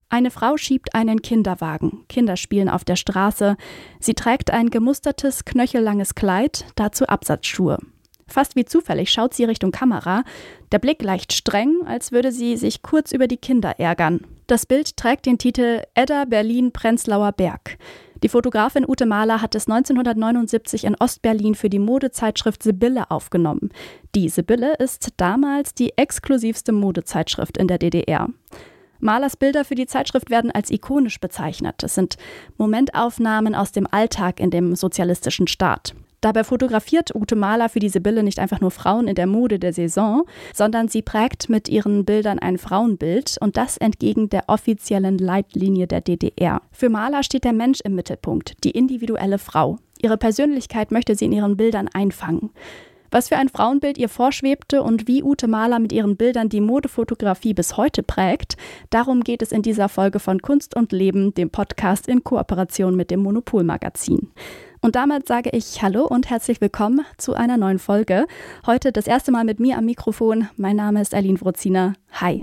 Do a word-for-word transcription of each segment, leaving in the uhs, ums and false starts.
Eine Frau schiebt einen Kinderwagen. Kinder spielen auf der Straße. Sie trägt ein gemustertes, knöchellanges Kleid, dazu Absatzschuhe. Fast wie zufällig schaut sie Richtung Kamera, der Blick leicht streng, als würde sie sich kurz über die Kinder ärgern. Das Bild trägt den Titel Edda Berlin-Prenzlauer Berg. Die Fotografin Ute Mahler hat es neunzehnhundertneunundsiebzig in Ostberlin für die Modezeitschrift Sibylle aufgenommen. Die Sibylle ist damals die exklusivste Modezeitschrift in der D D R. Mahlers Bilder für die Zeitschrift werden als ikonisch bezeichnet. Es sind Momentaufnahmen aus dem Alltag in dem sozialistischen Staat. Dabei fotografiert Ute Mahler für die Sibylle nicht einfach nur Frauen in der Mode der Saison, sondern sie prägt mit ihren Bildern ein Frauenbild und das entgegen der offiziellen Leitlinie der D D R. Für Mahler steht der Mensch im Mittelpunkt, die individuelle Frau. Ihre Persönlichkeit möchte sie in ihren Bildern einfangen. Was für ein Frauenbild ihr vorschwebte und wie Ute Mahler mit ihren Bildern die Modefotografie bis heute prägt, darum geht es in dieser Folge von Kunst und Leben, dem Podcast in Kooperation mit dem Monopol-Magazin. Und damit sage ich Hallo und herzlich willkommen zu einer neuen Folge. Heute das erste Mal mit mir am Mikrofon. Mein Name ist Aline Wrozina. Hi.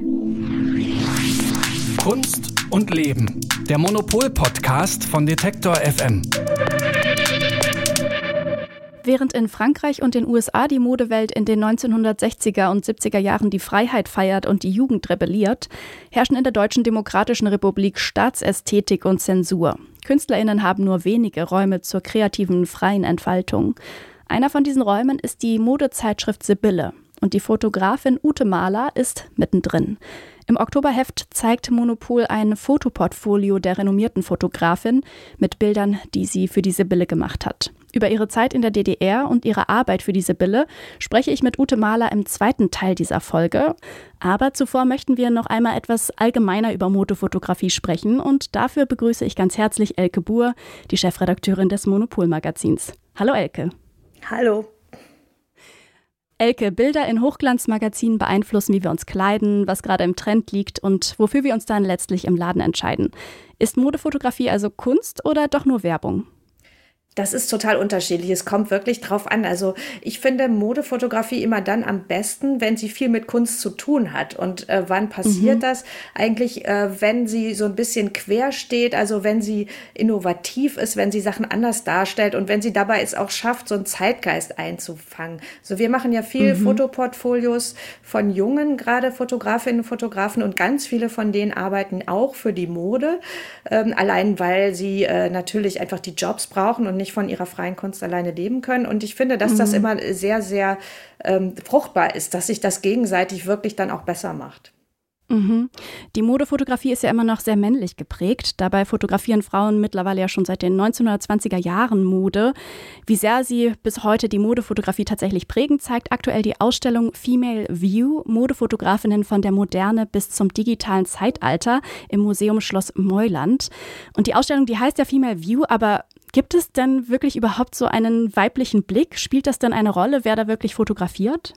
Kunst und Leben, der Monopol-Podcast von Detektor F M. Während in Frankreich und den U S A die Modewelt in den neunzehnhundertsechziger und siebziger Jahren die Freiheit feiert und die Jugend rebelliert, herrschen in der Deutschen Demokratischen Republik Staatsästhetik und Zensur. KünstlerInnen haben nur wenige Räume zur kreativen, freien Entfaltung. Einer von diesen Räumen ist die Modezeitschrift Sibylle. Und die Fotografin Ute Mahler ist mittendrin. Im Oktoberheft zeigt Monopol ein Fotoportfolio der renommierten Fotografin mit Bildern, die sie für die Sibylle gemacht hat. Über ihre Zeit in der D D R und ihre Arbeit für die Sibylle spreche ich mit Ute Mahler im zweiten Teil dieser Folge. Aber zuvor möchten wir noch einmal etwas allgemeiner über Modefotografie sprechen und dafür begrüße ich ganz herzlich Elke Buhr, die Chefredakteurin des Monopol-Magazins. Hallo Elke. Hallo. Elke, Bilder in Hochglanzmagazinen beeinflussen, wie wir uns kleiden, was gerade im Trend liegt und wofür wir uns dann letztlich im Laden entscheiden. Ist Modefotografie also Kunst oder doch nur Werbung? Das ist total unterschiedlich. Es kommt wirklich drauf an. Also ich finde Modefotografie immer dann am besten, wenn sie viel mit Kunst zu tun hat. Und äh, wann passiert mhm. das? Eigentlich, äh, wenn sie so ein bisschen quer steht, also wenn sie innovativ ist, wenn sie Sachen anders darstellt und wenn sie dabei es auch schafft, so einen Zeitgeist einzufangen. Also wir machen ja viel mhm. Fotoportfolios von jungen, gerade Fotografinnen und Fotografen und ganz viele von denen arbeiten auch für die Mode. Ähm, allein, weil sie äh, natürlich einfach die Jobs brauchen und nicht von ihrer freien Kunst alleine leben können. Und ich finde, dass mhm. das immer sehr, sehr ähm, fruchtbar ist, dass sich das gegenseitig wirklich dann auch besser macht. Mhm. Die Modefotografie ist ja immer noch sehr männlich geprägt. Dabei fotografieren Frauen mittlerweile ja schon seit den neunzehnhundertzwanziger Jahren Mode. Wie sehr sie bis heute die Modefotografie tatsächlich prägen, zeigt aktuell die Ausstellung Female View, Modefotografinnen von der Moderne bis zum digitalen Zeitalter im Museum Schloss Meuland. Und die Ausstellung, die heißt ja Female View, aber gibt es denn wirklich überhaupt so einen weiblichen Blick? Spielt das denn eine Rolle, wer da wirklich fotografiert?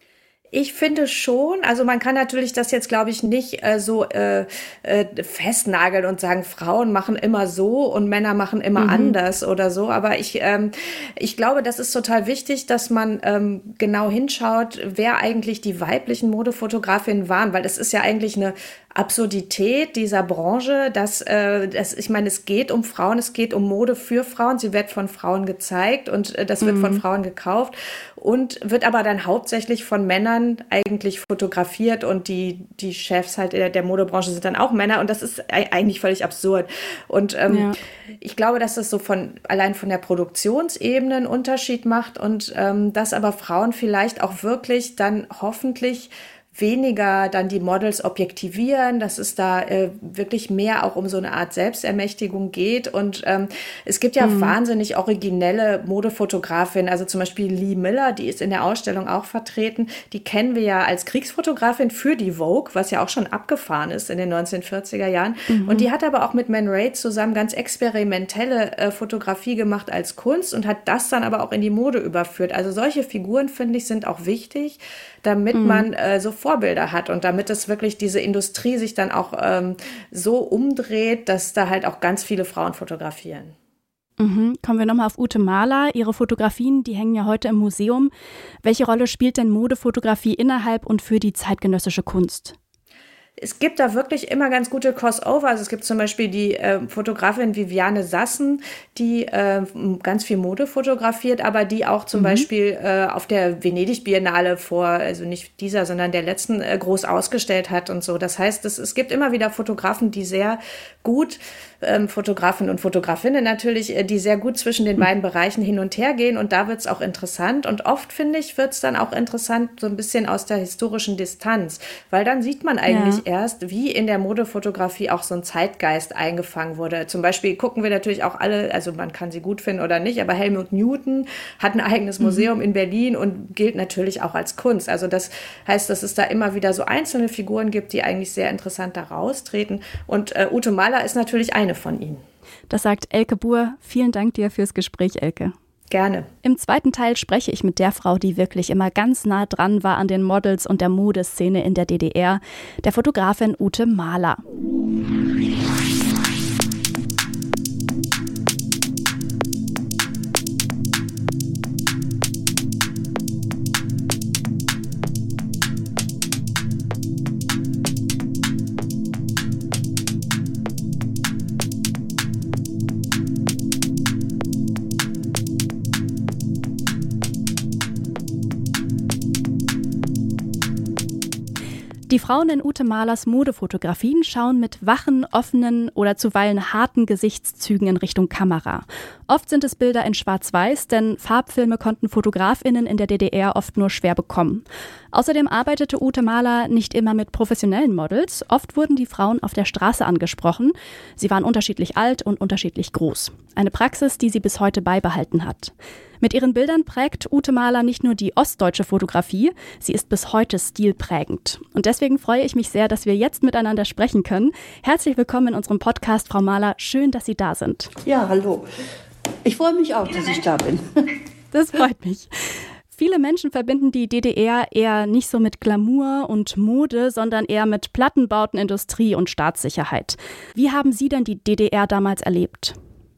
Ich finde schon, also man kann natürlich das jetzt, glaube ich, nicht äh, so äh, äh, festnageln und sagen, Frauen machen immer so und Männer machen immer mhm. anders oder so. Aber ich, ähm, ich glaube, das ist total wichtig, dass man ähm, genau hinschaut, wer eigentlich die weiblichen Modefotografinnen waren, weil das ist ja eigentlich eine Absurdität dieser Branche, dass, äh, das, ich meine, es geht um Frauen, es geht um Mode für Frauen, sie wird von Frauen gezeigt und äh, das wird mhm. von Frauen gekauft und wird aber dann hauptsächlich von Männern eigentlich fotografiert und die, die Chefs halt der, der Modebranche sind dann auch Männer und das ist eigentlich völlig absurd. Und ähm, ja. ich glaube, dass das so von allein von der Produktionsebene einen Unterschied macht und ähm, dass aber Frauen vielleicht auch wirklich dann hoffentlich weniger dann die Models objektivieren, dass es da äh, wirklich mehr auch um so eine Art Selbstermächtigung geht. Und ähm, es gibt ja mhm. wahnsinnig originelle Modefotografinnen, also zum Beispiel Lee Miller, die ist in der Ausstellung auch vertreten. Die kennen wir ja als Kriegsfotografin für die Vogue, was ja auch schon abgefahren ist in den neunzehnhundertvierziger Jahren. Mhm. Und die hat aber auch mit Man Ray zusammen ganz experimentelle äh, Fotografie gemacht als Kunst und hat das dann aber auch in die Mode überführt. Also solche Figuren, finde ich, sind auch wichtig, damit mhm. man äh, so Vorbilder hat und damit es wirklich diese Industrie sich dann auch ähm, so umdreht, dass da halt auch ganz viele Frauen fotografieren. Mhm. Kommen wir nochmal auf Ute Mahler. Ihre Fotografien, die hängen ja heute im Museum. Welche Rolle spielt denn Modefotografie innerhalb und für die zeitgenössische Kunst? es gibt da wirklich immer ganz gute Crossover. Also es gibt zum Beispiel die äh, Fotografin Viviane Sassen, die äh, ganz viel Mode fotografiert, aber die auch zum mhm. Beispiel äh, auf der Venedig-Biennale vor, also nicht dieser, sondern der letzten, äh, groß ausgestellt hat und so. Das heißt, es, es gibt immer wieder Fotografen, die sehr gut, ähm, Fotografen und Fotografinnen natürlich, äh, die sehr gut zwischen den mhm. beiden Bereichen hin und her gehen. Und da wird es auch interessant. Und oft, finde ich, wird es dann auch interessant, so ein bisschen aus der historischen Distanz. Weil dann sieht man eigentlich ja. erst, wie in der Modefotografie auch so ein Zeitgeist eingefangen wurde. Zum Beispiel gucken wir natürlich auch alle, also man kann sie gut finden oder nicht, aber Helmut Newton hat ein eigenes Museum mhm. in Berlin und gilt natürlich auch als Kunst. Also das heißt, dass es da immer wieder so einzelne Figuren gibt, die eigentlich sehr interessant da raustreten. Und äh, Ute Mahler ist natürlich eine von ihnen. Das sagt Elke Buhr. Vielen Dank dir fürs Gespräch, Elke. Gerne. Im zweiten Teil spreche ich mit der Frau, die wirklich immer ganz nah dran war an den Models und der Modeszene in der D D R, der Fotografin Ute Mahler. Die Frauen in Ute Mahlers Modefotografien schauen mit wachen, offenen oder zuweilen harten Gesichtszügen in Richtung Kamera. Oft sind es Bilder in Schwarz-Weiß, denn Farbfilme konnten FotografInnen in der D D R oft nur schwer bekommen. Außerdem arbeitete Ute Mahler nicht immer mit professionellen Models. Oft wurden die Frauen auf der Straße angesprochen. Sie waren unterschiedlich alt und unterschiedlich groß. Eine Praxis, die sie bis heute beibehalten hat. Mit ihren Bildern prägt Ute Mahler nicht nur die ostdeutsche Fotografie, sie ist bis heute stilprägend. Und deswegen freue ich mich sehr, dass wir jetzt miteinander sprechen können. Herzlich willkommen in unserem Podcast, Frau Mahler. Schön, dass Sie da sind. Ja, hallo. Ich freue mich auch, dass ich da bin. Das freut mich. Viele Menschen verbinden die D D R eher nicht so mit Glamour und Mode, sondern eher mit Plattenbauten, Industrie und Staatssicherheit. Wie haben Sie denn die D D R damals erlebt?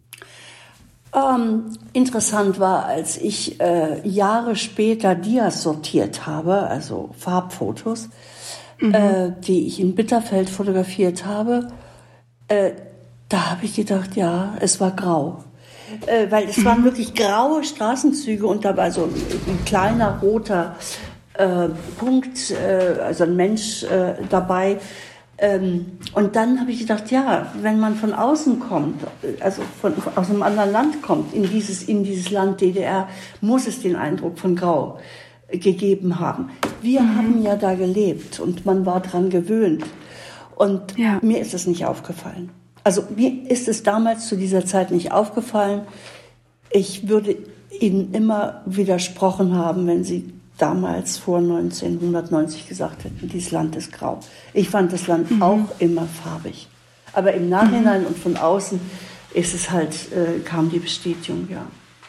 Ähm, interessant war, als ich äh, Jahre später Dias sortiert habe, also Farbfotos, mhm. äh, die ich in Bitterfeld fotografiert habe, äh, da habe ich gedacht, ja, es war grau. Äh, weil es mhm. waren wirklich graue Straßenzüge und da war so ein, ein kleiner roter äh, Punkt, äh, also ein Mensch äh, dabei. Ähm, und dann habe ich gedacht, ja, wenn man von außen kommt, also von, aus einem anderen Land kommt, in dieses, in dieses Land D D R, muss es den Eindruck von Grau gegeben haben. Wir mhm. haben ja da gelebt und man war dran gewöhnt. Und ja. mir ist es nicht aufgefallen. Also mir ist es damals zu dieser Zeit nicht aufgefallen. Ich würde Ihnen immer widersprochen haben, wenn Sie damals vor neunzehnhundertneunzig gesagt hätten, dieses Land ist grau. Ich fand das Land mhm. auch immer farbig. Aber im Nachhinein mhm. und von außen ist es halt, äh, kam die Bestätigung, ja.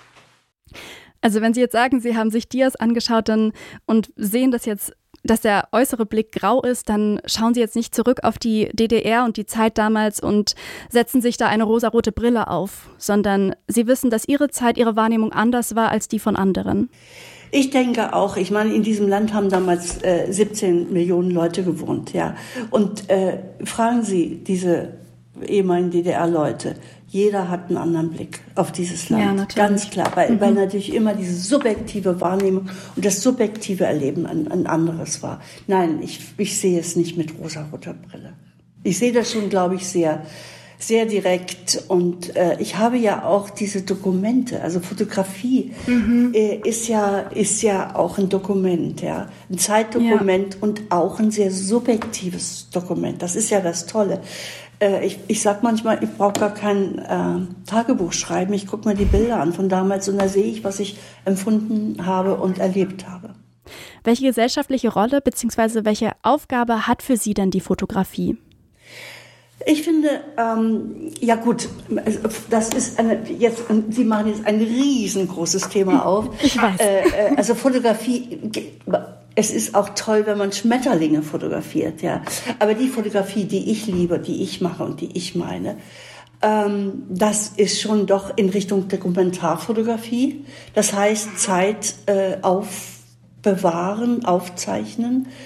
Also wenn Sie jetzt sagen, Sie haben sich Dias angeschaut dann, und sehen das jetzt, dass der äußere Blick grau ist, dann schauen Sie jetzt nicht zurück auf die D D R und die Zeit damals und setzen sich da eine rosarote Brille auf, sondern Sie wissen, dass Ihre Zeit, Ihre Wahrnehmung anders war als die von anderen. Ich denke auch, ich meine, in diesem Land haben damals äh, siebzehn Millionen Leute gewohnt, ja. Und äh, fragen Sie diese ehemaligen D D R-Leute, jeder hat einen anderen Blick auf dieses Land, ja, natürlich. Ganz klar, weil, mhm. weil natürlich immer diese subjektive Wahrnehmung und das subjektive Erleben ein, ein anderes war. Nein, ich, ich sehe es nicht mit rosaroter Brille. Ich sehe das schon, glaube ich, sehr sehr direkt und äh, ich habe ja auch diese Dokumente, also Fotografie mhm. äh, ist ja ist ja auch ein Dokument, ja, ein Zeitdokument ja. und auch ein sehr subjektives Dokument. Das ist ja das Tolle. Äh, ich ich sag manchmal, ich brauche gar kein äh, Tagebuch schreiben. Ich gucke mir die Bilder an von damals und da sehe ich, was ich empfunden habe und erlebt habe. Welche gesellschaftliche Rolle bzw. welche Aufgabe hat für Sie denn die Fotografie? Ich finde, ähm, ja gut, das ist eine, jetzt, Sie machen jetzt ein riesengroßes Thema auf. Ich weiß. Äh, also Fotografie, es ist auch toll, wenn man Schmetterlinge fotografiert, ja. Aber die Fotografie, die ich liebe, die ich mache und die ich meine, ähm, das ist schon doch in Richtung Dokumentarfotografie. Das heißt, Zeit äh, aufbewahren, aufzeichnen.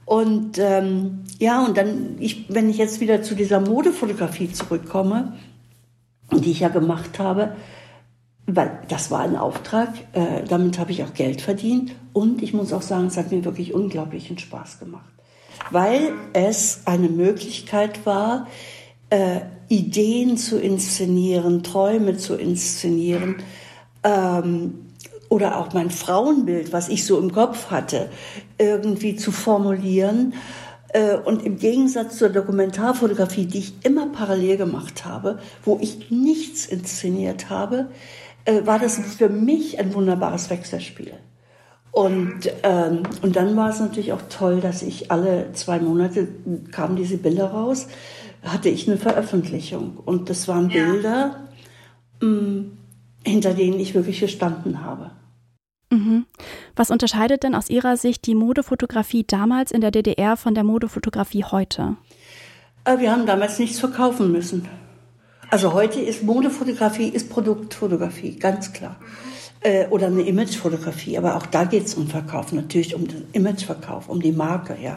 Und ähm, ja, und dann, ich, wenn ich jetzt wieder zu dieser Modefotografie zurückkomme, die ich ja gemacht habe, weil das war ein Auftrag, äh, damit habe ich auch Geld verdient. Und ich muss auch sagen, es hat mir wirklich unglaublichen Spaß gemacht. Weil es eine Möglichkeit war, äh, Ideen zu inszenieren, Träume zu inszenieren, ähm, oder auch mein Frauenbild, was ich so im Kopf hatte, irgendwie zu formulieren. Und im Gegensatz zur Dokumentarfotografie, die ich immer parallel gemacht habe, wo ich nichts inszeniert habe, war das für mich ein wunderbares Wechselspiel. Und, ähm, und dann war es natürlich auch toll, dass ich alle zwei Monate kamen diese Bilder raus, hatte ich eine Veröffentlichung. Und das waren Bilder, mh, hinter denen ich wirklich gestanden habe. Mhm. Was unterscheidet denn aus Ihrer Sicht die Modefotografie damals in der D D R von der Modefotografie heute? Wir haben damals nichts verkaufen müssen. Also heute ist Modefotografie, ist Produktfotografie, ganz klar. Äh, oder eine Imagefotografie, aber auch da geht es um Verkauf, natürlich um den Imageverkauf, um die Marke, ja.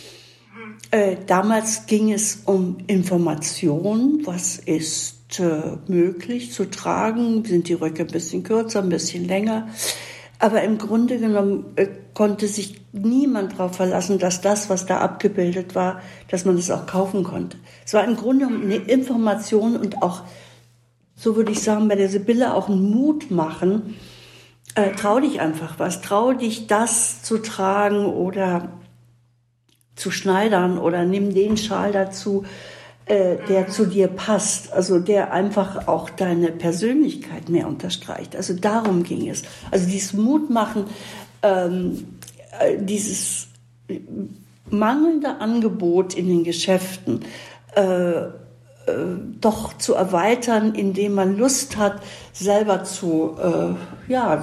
Äh, damals ging es um Information, was ist äh, möglich zu tragen, sind die Röcke ein bisschen kürzer, ein bisschen länger. Aber im Grunde genommen äh, konnte sich niemand darauf verlassen, dass das, was da abgebildet war, dass man es auch kaufen konnte. Es war im Grunde eine Information und auch, so würde ich sagen, bei der Sibylle auch einen Mut machen. Äh, trau dich einfach was, trau dich das zu tragen oder zu schneidern oder nimm den Schal dazu, äh, der zu dir passt, also der einfach auch deine Persönlichkeit mehr unterstreicht. Also darum ging es. Also dieses Mutmachen, ähm, äh, dieses mangelnde Angebot in den Geschäften äh, äh, doch zu erweitern, indem man Lust hat, selber zu, äh, ja,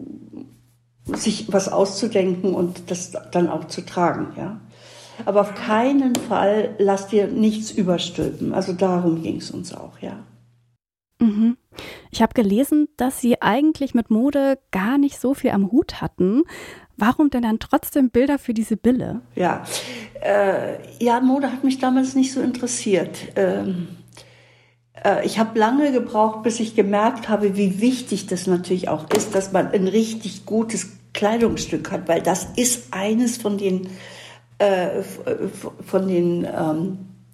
zu, sich was auszudenken und das dann auch zu tragen, ja. Aber auf keinen Fall lass dir nichts überstülpen. Also darum ging es uns auch, ja. Mhm. Ich habe gelesen, dass Sie eigentlich mit Mode gar nicht so viel am Hut hatten. Warum denn dann trotzdem Bilder für die Sibylle? Ja, äh, ja, Mode hat mich damals nicht so interessiert. Ähm, äh, ich habe lange gebraucht, bis ich gemerkt habe, wie wichtig das natürlich auch ist, dass man ein richtig gutes Kleidungsstück hat, weil das ist eines von den von den ähm,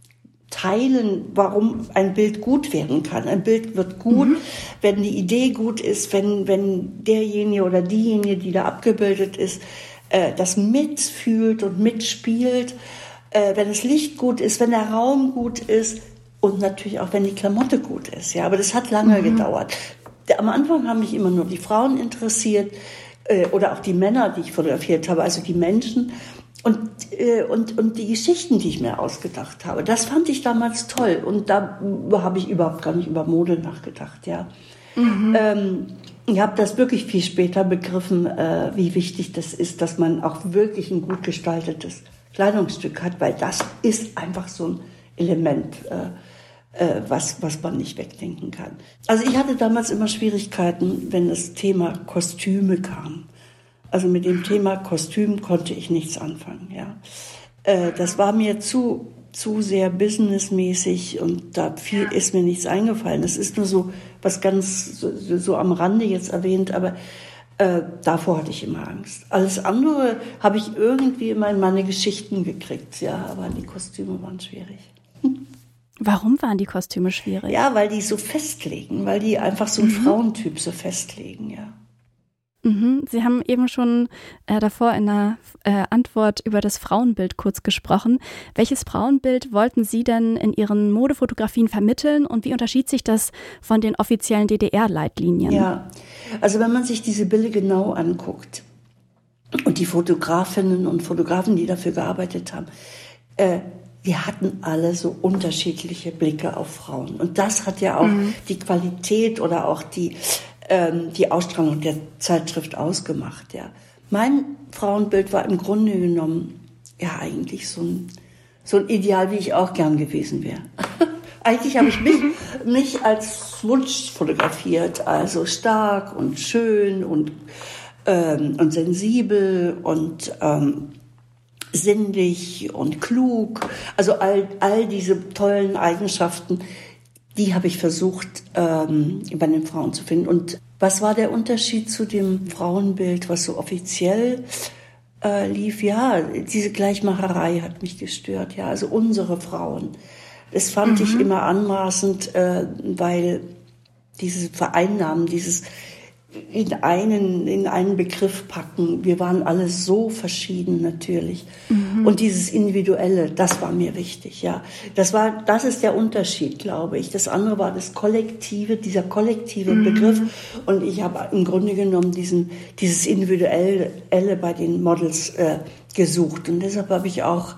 Teilen, warum ein Bild gut werden kann. Ein Bild wird gut, mhm. wenn die Idee gut ist, wenn, wenn derjenige oder diejenige, die da abgebildet ist, äh, das mitfühlt und mitspielt, äh, wenn das Licht gut ist, wenn der Raum gut ist und natürlich auch, wenn die Klamotte gut ist. Ja, aber das hat lange mhm. gedauert. Am Anfang haben mich immer nur die Frauen interessiert äh, oder auch die Männer, die ich fotografiert habe, also die Menschen. Und, äh, und, und die Geschichten, die ich mir ausgedacht habe, das fand ich damals toll. Und da habe ich überhaupt gar nicht über Mode nachgedacht, ja. Mhm. Ähm, ich habe das wirklich viel später begriffen, äh, wie wichtig das ist, dass man auch wirklich ein gut gestaltetes Kleidungsstück hat, weil das ist einfach so ein Element, äh, äh, was, was man nicht wegdenken kann. Also ich hatte damals immer Schwierigkeiten, wenn das Thema Kostüme kam. Also mit dem Thema Kostüm konnte ich nichts anfangen, ja. Äh, das war mir zu, zu sehr businessmäßig und da viel ist mir nichts eingefallen. Das ist nur so was ganz so, so am Rande jetzt erwähnt, aber äh, davor hatte ich immer Angst. Alles andere habe ich irgendwie immer in meine Geschichten gekriegt, ja, aber die Kostüme waren schwierig. Warum waren die Kostüme schwierig? Ja, weil die so festlegen, weil die einfach so einen mhm. Frauentyp so festlegen, ja. Sie haben eben schon äh, davor in einer äh, Antwort über das Frauenbild kurz gesprochen. Welches Frauenbild wollten Sie denn in Ihren Modefotografien vermitteln und wie unterschied sich das von den offiziellen D D R-Leitlinien? Ja, also wenn man sich diese Bilder genau anguckt und die Fotografinnen und Fotografen, die dafür gearbeitet haben, äh, wir hatten alle so unterschiedliche Blicke auf Frauen. Und das hat ja auch mhm. die Qualität oder auch die die Ausstrahlung der Zeitschrift ausgemacht, ja. Mein Frauenbild war im Grunde genommen, ja, eigentlich so ein, so ein Ideal, wie ich auch gern gewesen wäre. Eigentlich habe ich mich, mich als Wunsch fotografiert, also stark und schön und, ähm, und sensibel und ähm, sinnlich und klug. Also all, all diese tollen Eigenschaften, die habe ich versucht, ähm, bei den Frauen zu finden. Und was war der Unterschied zu dem Frauenbild, was so offiziell äh, lief? Ja, diese Gleichmacherei hat mich gestört. Ja, also unsere Frauen. Das fand mhm. ich immer anmaßend, äh, weil diese Vereinnahmen, dieses in einen, in einen Begriff packen. Wir waren alle so verschieden natürlich. Mhm. Und dieses Individuelle, das war mir wichtig, ja. Das war, das ist der Unterschied, glaube ich. Das andere war das Kollektive, dieser kollektive mhm. Begriff. Und ich habe im Grunde genommen diesen, dieses Individuelle bei den Models äh, gesucht. Und deshalb habe ich auch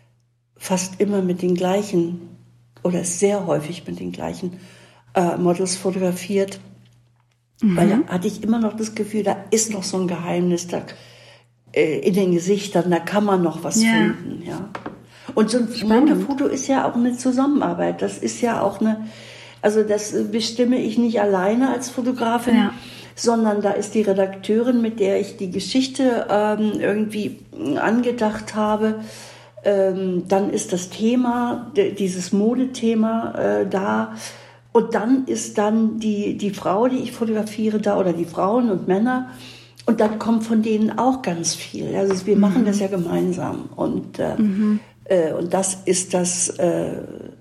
fast immer mit den gleichen, oder sehr häufig mit den gleichen äh, Models fotografiert. Mhm. Weil da hatte ich immer noch das Gefühl, da ist noch so ein Geheimnis da, äh, in den Gesichtern, da kann man noch was ja. finden. Ja. Und so ein Modefoto ist ja auch eine Zusammenarbeit. Das ist ja auch eine, also das bestimme ich nicht alleine als Fotografin, ja. sondern da ist die Redakteurin, mit der ich die Geschichte ähm, irgendwie angedacht habe. Ähm, dann ist das Thema, d- dieses Modethema äh, da. Und dann ist dann die, die Frau, die ich fotografiere da, oder die Frauen und Männer. Und dann kommt von denen auch ganz viel. Also wir mhm. machen das ja gemeinsam. Und, äh, mhm. äh, und das ist das, äh,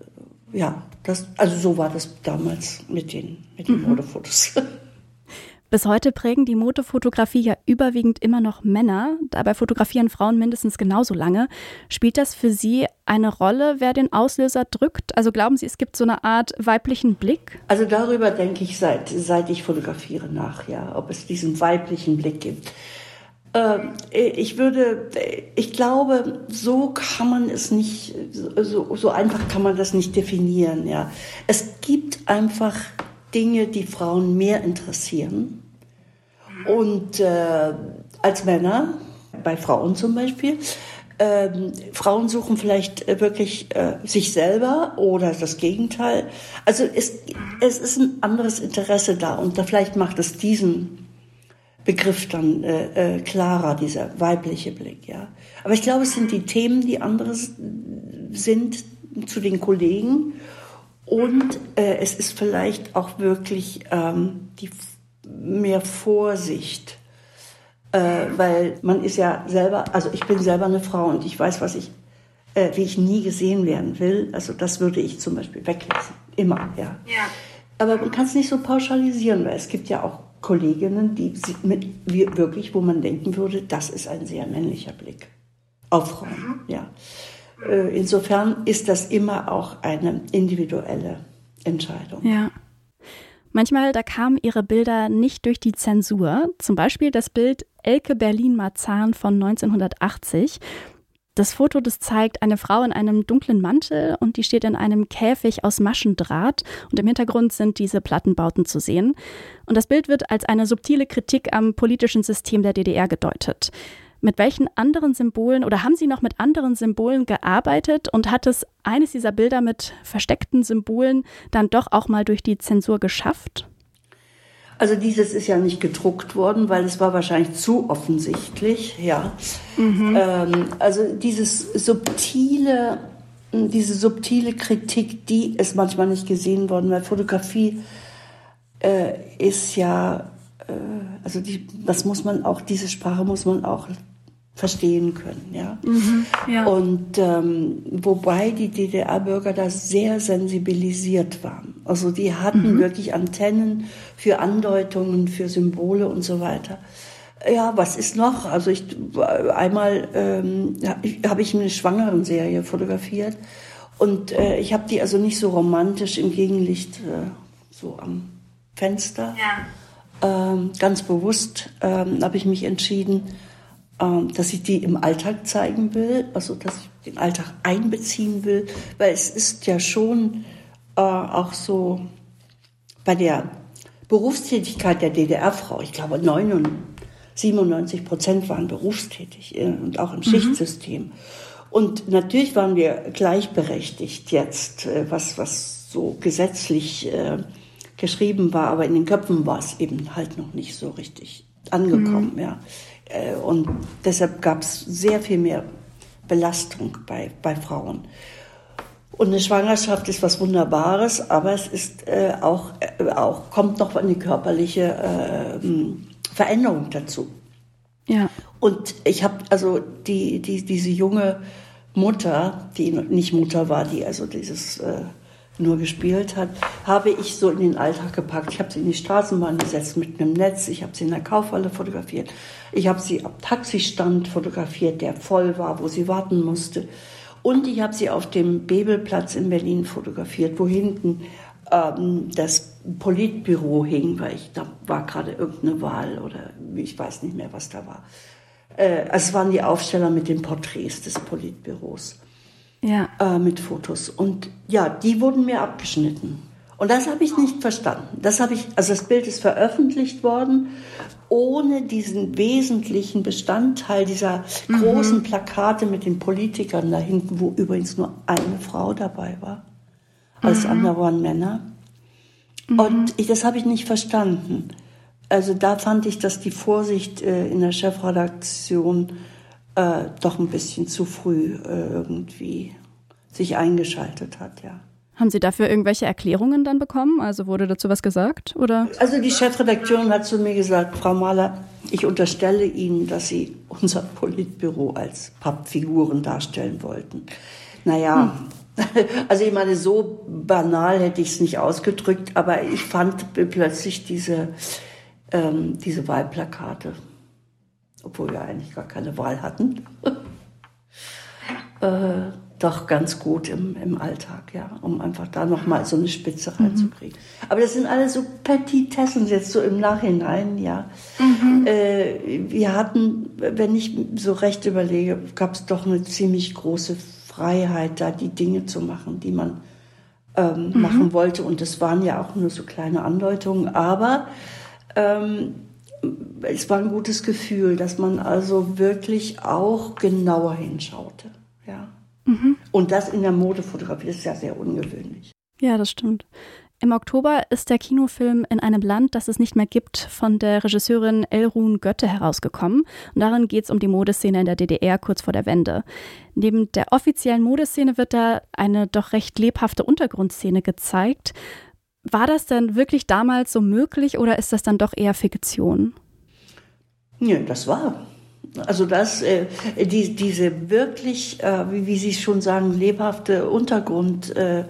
ja, das, also so war das damals mit den, mit den mhm. Modefotos. Bis heute prägen die Modefotografie ja überwiegend immer noch Männer. Dabei fotografieren Frauen mindestens genauso lange. Spielt das für Sie eine Rolle, wer den Auslöser drückt? Also glauben Sie, es gibt so eine Art weiblichen Blick? Also darüber denke ich, seit, seit ich fotografiere nach, ja, ob es diesen weiblichen Blick gibt. Ähm, ich würde, ich glaube, so kann man es nicht, so, so einfach kann man das nicht definieren, ja. Es gibt einfach Dinge, die Frauen mehr interessieren. Und äh, als Männer, bei Frauen zum Beispiel, äh, Frauen suchen vielleicht wirklich äh, sich selber oder das Gegenteil. Also es, es ist ein anderes Interesse da und da vielleicht macht es diesen Begriff dann äh, äh, klarer, dieser weibliche Blick. Ja. Aber ich glaube, es sind die Themen, die andere sind zu den Kollegen. Und äh, es ist vielleicht auch wirklich ähm, die f- mehr Vorsicht, äh, weil man ist ja selber, also ich bin selber eine Frau und ich weiß, was ich, äh, wie ich nie gesehen werden will. Also das würde ich zum Beispiel weglassen, immer, ja. ja. Aber man kann es nicht so pauschalisieren, weil es gibt ja auch Kolleginnen, die mit wie, wirklich, wo man denken würde, das ist ein sehr männlicher Blick auf Frauen, mhm. ja. Insofern ist das immer auch eine individuelle Entscheidung. Ja. Manchmal, da kamen ihre Bilder nicht durch die Zensur. Zum Beispiel das Bild Elke Berlin-Marzahn von neunzehnhundertachtzig. Das Foto, das zeigt eine Frau in einem dunklen Mantel und die steht in einem Käfig aus Maschendraht und im Hintergrund sind diese Plattenbauten zu sehen. Und das Bild wird als eine subtile Kritik am politischen System der D D R gedeutet. Mit welchen anderen Symbolen oder haben Sie noch mit anderen Symbolen gearbeitet und hat es eines dieser Bilder mit versteckten Symbolen dann doch auch mal durch die Zensur geschafft? Also dieses ist ja nicht gedruckt worden, weil es war wahrscheinlich zu offensichtlich, ja. Mhm. Ähm, also dieses subtile, diese subtile Kritik, die ist manchmal nicht gesehen worden, weil Fotografie äh, ist ja, äh, also die, das muss man auch, diese Sprache muss man auch verstehen können, ja. Mhm, ja. Und ähm, wobei die D D R-Bürger da sehr sensibilisiert waren. Also die hatten mhm. wirklich Antennen für Andeutungen, für Symbole und so weiter. Ja, was ist noch? Also ich einmal ähm, habe ich eine Schwangerenserie fotografiert und äh, ich habe die also nicht so romantisch im Gegenlicht äh, so am Fenster. Ja. Ähm, ganz bewusst ähm, habe ich mich entschieden, dass ich die im Alltag zeigen will, also dass ich den Alltag einbeziehen will, weil es ist ja schon äh, auch so bei der Berufstätigkeit der D D R-Frau, ich glaube siebenundneunzig Prozent waren berufstätig äh, und auch im mhm. Schichtsystem. Und natürlich waren wir gleichberechtigt jetzt, äh, was, was so gesetzlich äh, geschrieben war, aber in den Köpfen war es eben halt noch nicht so richtig angekommen, mhm. ja. Und deshalb gab es sehr viel mehr Belastung bei, bei Frauen. Und eine Schwangerschaft ist was Wunderbares, aber es ist äh, auch, äh, auch, kommt noch eine körperliche äh, Veränderung dazu. Ja. Und ich habe also die, die, diese junge Mutter, die nicht Mutter war, die also dieses äh, nur gespielt hat, habe ich so in den Alltag gepackt. Ich habe sie in die Straßenbahn gesetzt mit einem Netz, ich habe sie in der Kaufhalle fotografiert, ich habe sie am Taxistand fotografiert, der voll war, wo sie warten musste. Und ich habe sie auf dem Bebelplatz in Berlin fotografiert, wo hinten ähm, das Politbüro hing, weil ich, da war gerade irgendeine Wahl oder ich weiß nicht mehr, was da war. Äh, es waren die Aufsteller mit den Porträts des Politbüros, ja. äh, mit Fotos. Und ja, die wurden mir abgeschnitten. Und das habe ich nicht verstanden. Das habe ich, also das Bild ist veröffentlicht worden, ohne diesen wesentlichen Bestandteil dieser großen mhm. Plakate mit den Politikern da hinten, wo übrigens nur eine Frau dabei war. Alles mhm. andere waren Männer. Mhm. Und ich, das habe ich nicht verstanden. Also da fand ich, dass die Vorsicht äh, in der Chefredaktion äh, doch ein bisschen zu früh äh, irgendwie sich eingeschaltet hat, ja. Haben Sie dafür irgendwelche Erklärungen dann bekommen? Also wurde dazu was gesagt, oder? Also die Chefredakteurin hat zu mir gesagt, Frau Mahler, ich unterstelle Ihnen, dass Sie unser Politbüro als Pappfiguren darstellen wollten. Naja, hm. also ich meine, so banal hätte ich es nicht ausgedrückt, aber ich fand plötzlich diese, ähm, diese Wahlplakate, obwohl wir eigentlich gar keine Wahl hatten, äh, doch ganz gut im, im Alltag, ja, um einfach da nochmal so eine Spitze reinzukriegen. Mhm. Aber das sind alles so Petitessen jetzt so im Nachhinein, ja. Mhm. Äh, wir hatten, wenn ich so recht überlege, gab es doch eine ziemlich große Freiheit, da die Dinge zu machen, die man ähm, mhm. machen wollte. Und das waren ja auch nur so kleine Andeutungen, aber ähm, es war ein gutes Gefühl, dass man also wirklich auch genauer hinschaute, ja. Mhm. Und das in der Modefotografie ist ja sehr ungewöhnlich. Ja, das stimmt. Im Oktober ist der Kinofilm In einem Land, das es nicht mehr gibt, von der Regisseurin Elrun Götte herausgekommen. Und darin geht es um die Modeszene in der D D R kurz vor der Wende. Neben der offiziellen Modeszene wird da eine doch recht lebhafte Untergrundszene gezeigt. War das denn wirklich damals so möglich oder ist das dann doch eher Fiktion? Ja, das war. Also das, äh, die, diese wirklich, äh, wie, wie Sie schon sagen, lebhafte Untergrundgruppe,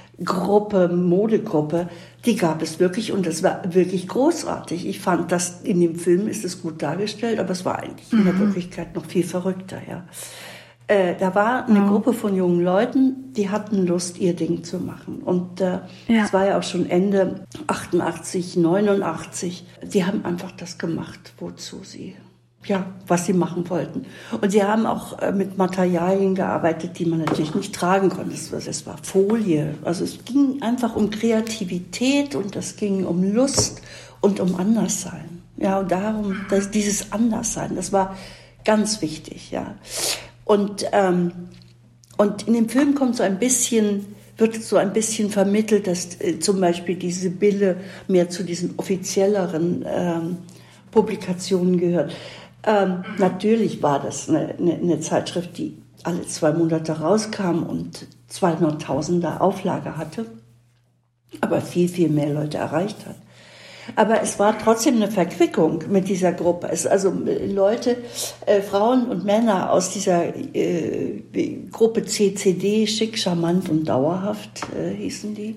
äh, Modegruppe, die gab es wirklich und das war wirklich großartig. Ich fand, dass in dem Film ist es gut dargestellt, aber es war eigentlich mhm. in der Wirklichkeit noch viel verrückter. Ja. Äh, da war eine ja. Gruppe von jungen Leuten, die hatten Lust, ihr Ding zu machen. Und äh, ja. das war ja auch schon Ende achtundachtzig, neunundachtzig. Die haben einfach das gemacht, wozu sie... ja, was sie machen wollten. Und sie haben auch äh, mit Materialien gearbeitet, die man natürlich nicht tragen konnte. Es war, es war Folie. Also es ging einfach um Kreativität und es ging um Lust und um Anderssein. Ja, und darum, dass dieses Anderssein, das war ganz wichtig, ja. Und, ähm, und in dem Film kommt so ein bisschen, wird so ein bisschen vermittelt, dass äh, zum Beispiel die Sibylle mehr zu diesen offizielleren ähm, Publikationen gehört. Ähm, natürlich war das eine, eine, eine Zeitschrift, die alle zwei Monate rauskam und zweihunderttausender Auflage hatte, aber viel, viel mehr Leute erreicht hat. Aber es war trotzdem eine Verquickung mit dieser Gruppe. Es also Leute, äh, Frauen und Männer aus dieser äh, Gruppe C C D, schick, charmant und dauerhaft äh, hießen die.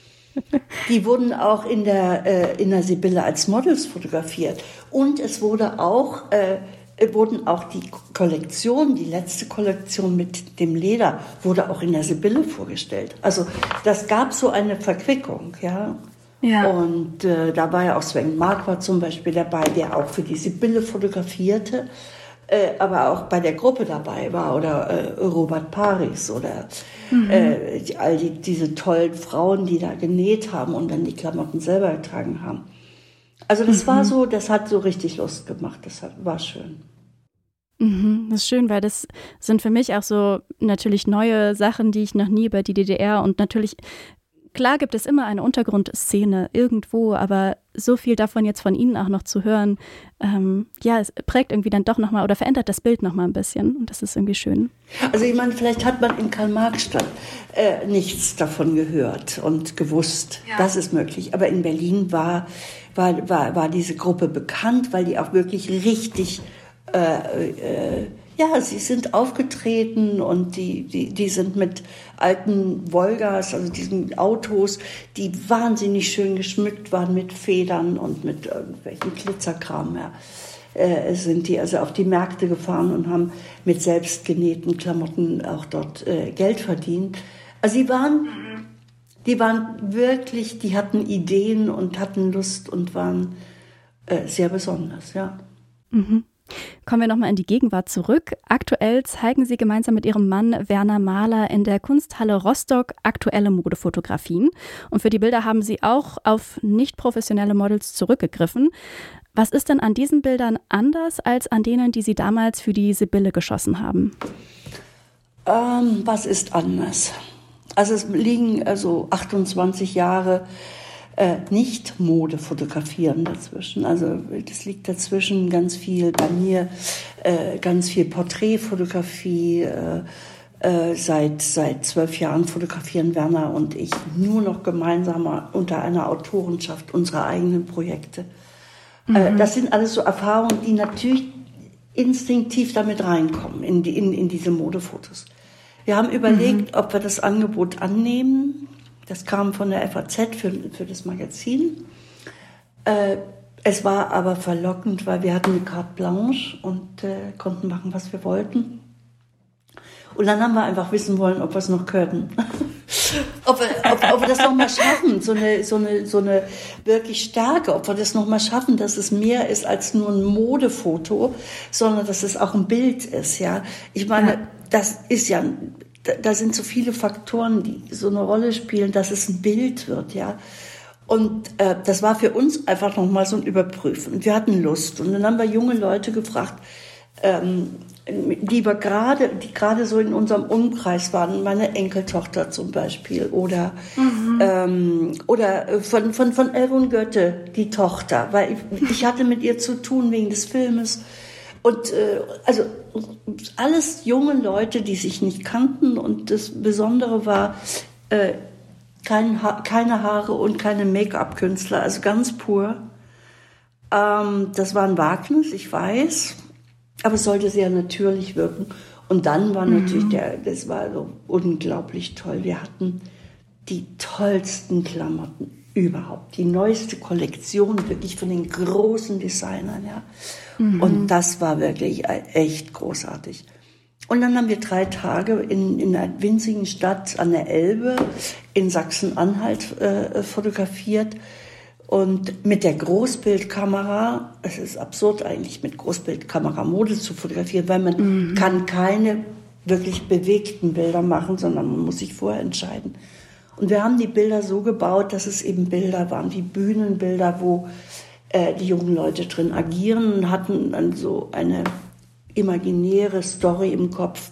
Die wurden auch in der, äh, in der Sibylle als Models fotografiert. Und es wurde auch, äh, wurden auch die Kollektion, die letzte Kollektion mit dem Leder, wurde auch in der Sibylle vorgestellt. Also das gab so eine Verquickung, ja. Ja. Und äh, da war ja auch Sven Marquardt zum Beispiel dabei, der auch für die Sibylle fotografierte, äh, aber auch bei der Gruppe dabei war, oder äh, Robert Paris oder mhm. äh, die, all die, diese tollen Frauen, die da genäht haben und dann die Klamotten selber getragen haben. Also das mhm. war so, das hat so richtig Lust gemacht, das hat, war schön. Mhm, das ist schön, weil das sind für mich auch so natürlich neue Sachen, die ich noch nie über die D D R und natürlich Klar gibt es immer eine Untergrundszene irgendwo, aber so viel davon jetzt von Ihnen auch noch zu hören, ähm, ja, es prägt irgendwie dann doch nochmal oder verändert das Bild nochmal ein bisschen und das ist irgendwie schön. Also ich meine, vielleicht hat man in Karl-Marx-Stadt äh, nichts davon gehört und gewusst, ja. Das ist möglich. Aber in Berlin war, war, war, war diese Gruppe bekannt, weil die auch wirklich richtig äh, äh, ja, sie sind aufgetreten und die, die, die sind mit alten Volgas, also diesen Autos, die wahnsinnig schön geschmückt waren mit Federn und mit irgendwelchen Glitzerkram, ja, äh, sind die also auf die Märkte gefahren und haben mit selbstgenähten Klamotten auch dort äh, Geld verdient. Also sie waren, die waren wirklich, die hatten Ideen und hatten Lust und waren äh, sehr besonders, ja. Mhm. Kommen wir nochmal in die Gegenwart zurück. Aktuell zeigen Sie gemeinsam mit Ihrem Mann Werner Mahler in der Kunsthalle Rostock aktuelle Modefotografien. Und für die Bilder haben Sie auch auf nicht professionelle Models zurückgegriffen. Was ist denn an diesen Bildern anders als an denen, die Sie damals für die Sibylle geschossen haben? Ähm, was ist anders? Also es liegen also achtundzwanzig Jahre Äh, nicht Mode fotografieren dazwischen. Also das liegt dazwischen ganz viel bei mir, äh, ganz viel Porträtfotografie. Äh, äh, seit seit zwölf Jahren fotografieren Werner und ich nur noch gemeinsam unter einer Autorenschaft unsere eigenen Projekte. Mhm. Äh, das sind alles so Erfahrungen, die natürlich instinktiv damit reinkommen in, die, in, in diese Modefotos. Wir haben überlegt, mhm. ob wir das Angebot annehmen. Das kam von der F A Z für, für das Magazin. Äh, es war aber verlockend, weil wir hatten eine Carte Blanche und äh, konnten machen, was wir wollten. Und dann haben wir einfach wissen wollen, ob wir es noch können. ob, wir, ob, ob wir das noch mal schaffen, so eine, so, eine, so eine wirklich Stärke, ob wir das noch mal schaffen, dass es mehr ist als nur ein Modefoto, sondern dass es auch ein Bild ist. Ja? Ich meine, ja. das ist ja... Da sind so viele Faktoren, die so eine Rolle spielen, dass es ein Bild wird, ja. Und äh, das war für uns einfach nochmal so ein Überprüfen. Und wir hatten Lust. Und dann haben wir junge Leute gefragt, ähm, die wir gerade, die gerade so in unserem Umkreis waren. Meine Enkeltochter zum Beispiel oder mhm. ähm, oder von von von Elvon Götte die Tochter, weil ich, ich hatte mit ihr zu tun wegen des Filmes. Und äh, also alles junge Leute, die sich nicht kannten. Und das Besondere war, äh, kein ha- keine Haare und keine Make-up-Künstler, also ganz pur. Ähm, das war ein Wagnis, ich weiß, aber es sollte sehr natürlich wirken. Und dann war mhm. natürlich, der, das war so unglaublich toll. Wir hatten die tollsten Klamotten überhaupt, die neueste Kollektion wirklich von den großen Designern, ja. Mhm. Und das war wirklich echt großartig. Und dann haben wir drei Tage in, in einer winzigen Stadt an der Elbe in Sachsen-Anhalt äh, fotografiert. Und mit der Großbildkamera, es ist absurd eigentlich, mit Großbildkamera Mode zu fotografieren, weil man mhm. kann keine wirklich bewegten Bilder machen, sondern man muss sich vorher entscheiden. Und wir haben die Bilder so gebaut, dass es eben Bilder waren, wie Bühnenbilder, wo äh, die jungen Leute drin agieren und hatten dann so eine imaginäre Story im Kopf.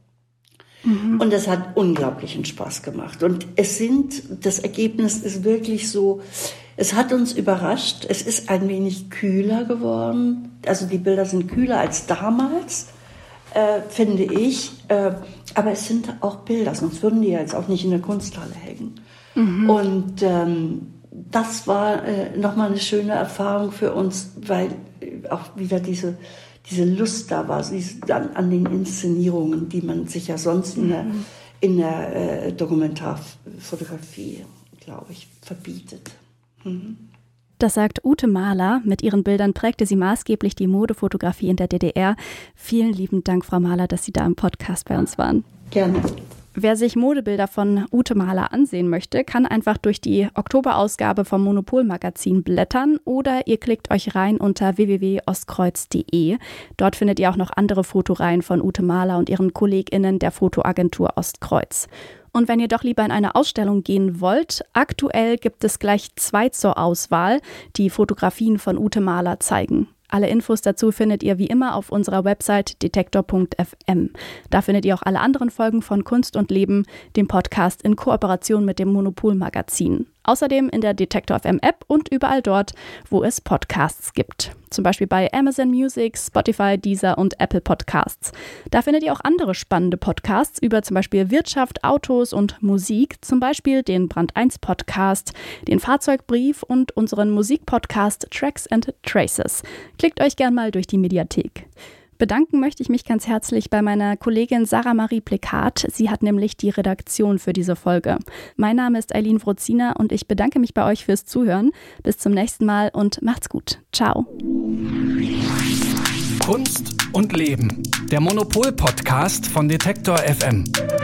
Mhm. Und das hat unglaublichen Spaß gemacht. Und es sind, das Ergebnis ist wirklich so, es hat uns überrascht. Es ist ein wenig kühler geworden. Also die Bilder sind kühler als damals, äh, finde ich. Äh, aber es sind auch Bilder, sonst würden die ja jetzt auch nicht in der Kunsthalle hängen. Mhm. Und ähm, das war äh, nochmal eine schöne Erfahrung für uns, weil auch wieder diese, diese Lust da war, diese, an, an den Inszenierungen, die man sich ja sonst in der, mhm. in der äh, Dokumentarfotografie, glaube ich, verbietet. Mhm. Das sagt Ute Mahler. Mit ihren Bildern prägte sie maßgeblich die Modefotografie in der D D R. Vielen lieben Dank, Frau Mahler, dass Sie da im Podcast bei uns waren. Gerne. Wer sich Modebilder von Ute Mahler ansehen möchte, kann einfach durch die Oktoberausgabe vom Monopol-Magazin blättern oder ihr klickt euch rein unter w w w punkt ostkreuz punkt d e. Dort findet ihr auch noch andere Fotoreihen von Ute Mahler und ihren KollegInnen der Fotoagentur Ostkreuz. Und wenn ihr doch lieber in eine Ausstellung gehen wollt, aktuell gibt es gleich zwei zur Auswahl, die Fotografien von Ute Mahler zeigen. Alle Infos dazu findet ihr wie immer auf unserer Website detektor punkt f m. Da findet ihr auch alle anderen Folgen von Kunst und Leben, dem Podcast in Kooperation mit dem Monopol-Magazin. Außerdem in der Detektor F M App und überall dort, wo es Podcasts gibt. Zum Beispiel bei Amazon Music, Spotify, Deezer und Apple Podcasts. Da findet ihr auch andere spannende Podcasts über zum Beispiel Wirtschaft, Autos und Musik. Zum Beispiel den Brand eins Podcast, den Fahrzeugbrief und unseren Musikpodcast Tracks and Traces. Klickt euch gern mal durch die Mediathek. Bedanken möchte ich mich ganz herzlich bei meiner Kollegin Sarah Marie Plekat. Sie hat nämlich die Redaktion für diese Folge. Mein Name ist Eileen Wrozina und ich bedanke mich bei euch fürs Zuhören. Bis zum nächsten Mal und macht's gut. Ciao. Kunst und Leben. Der Monopol-Podcast von Detektor F M.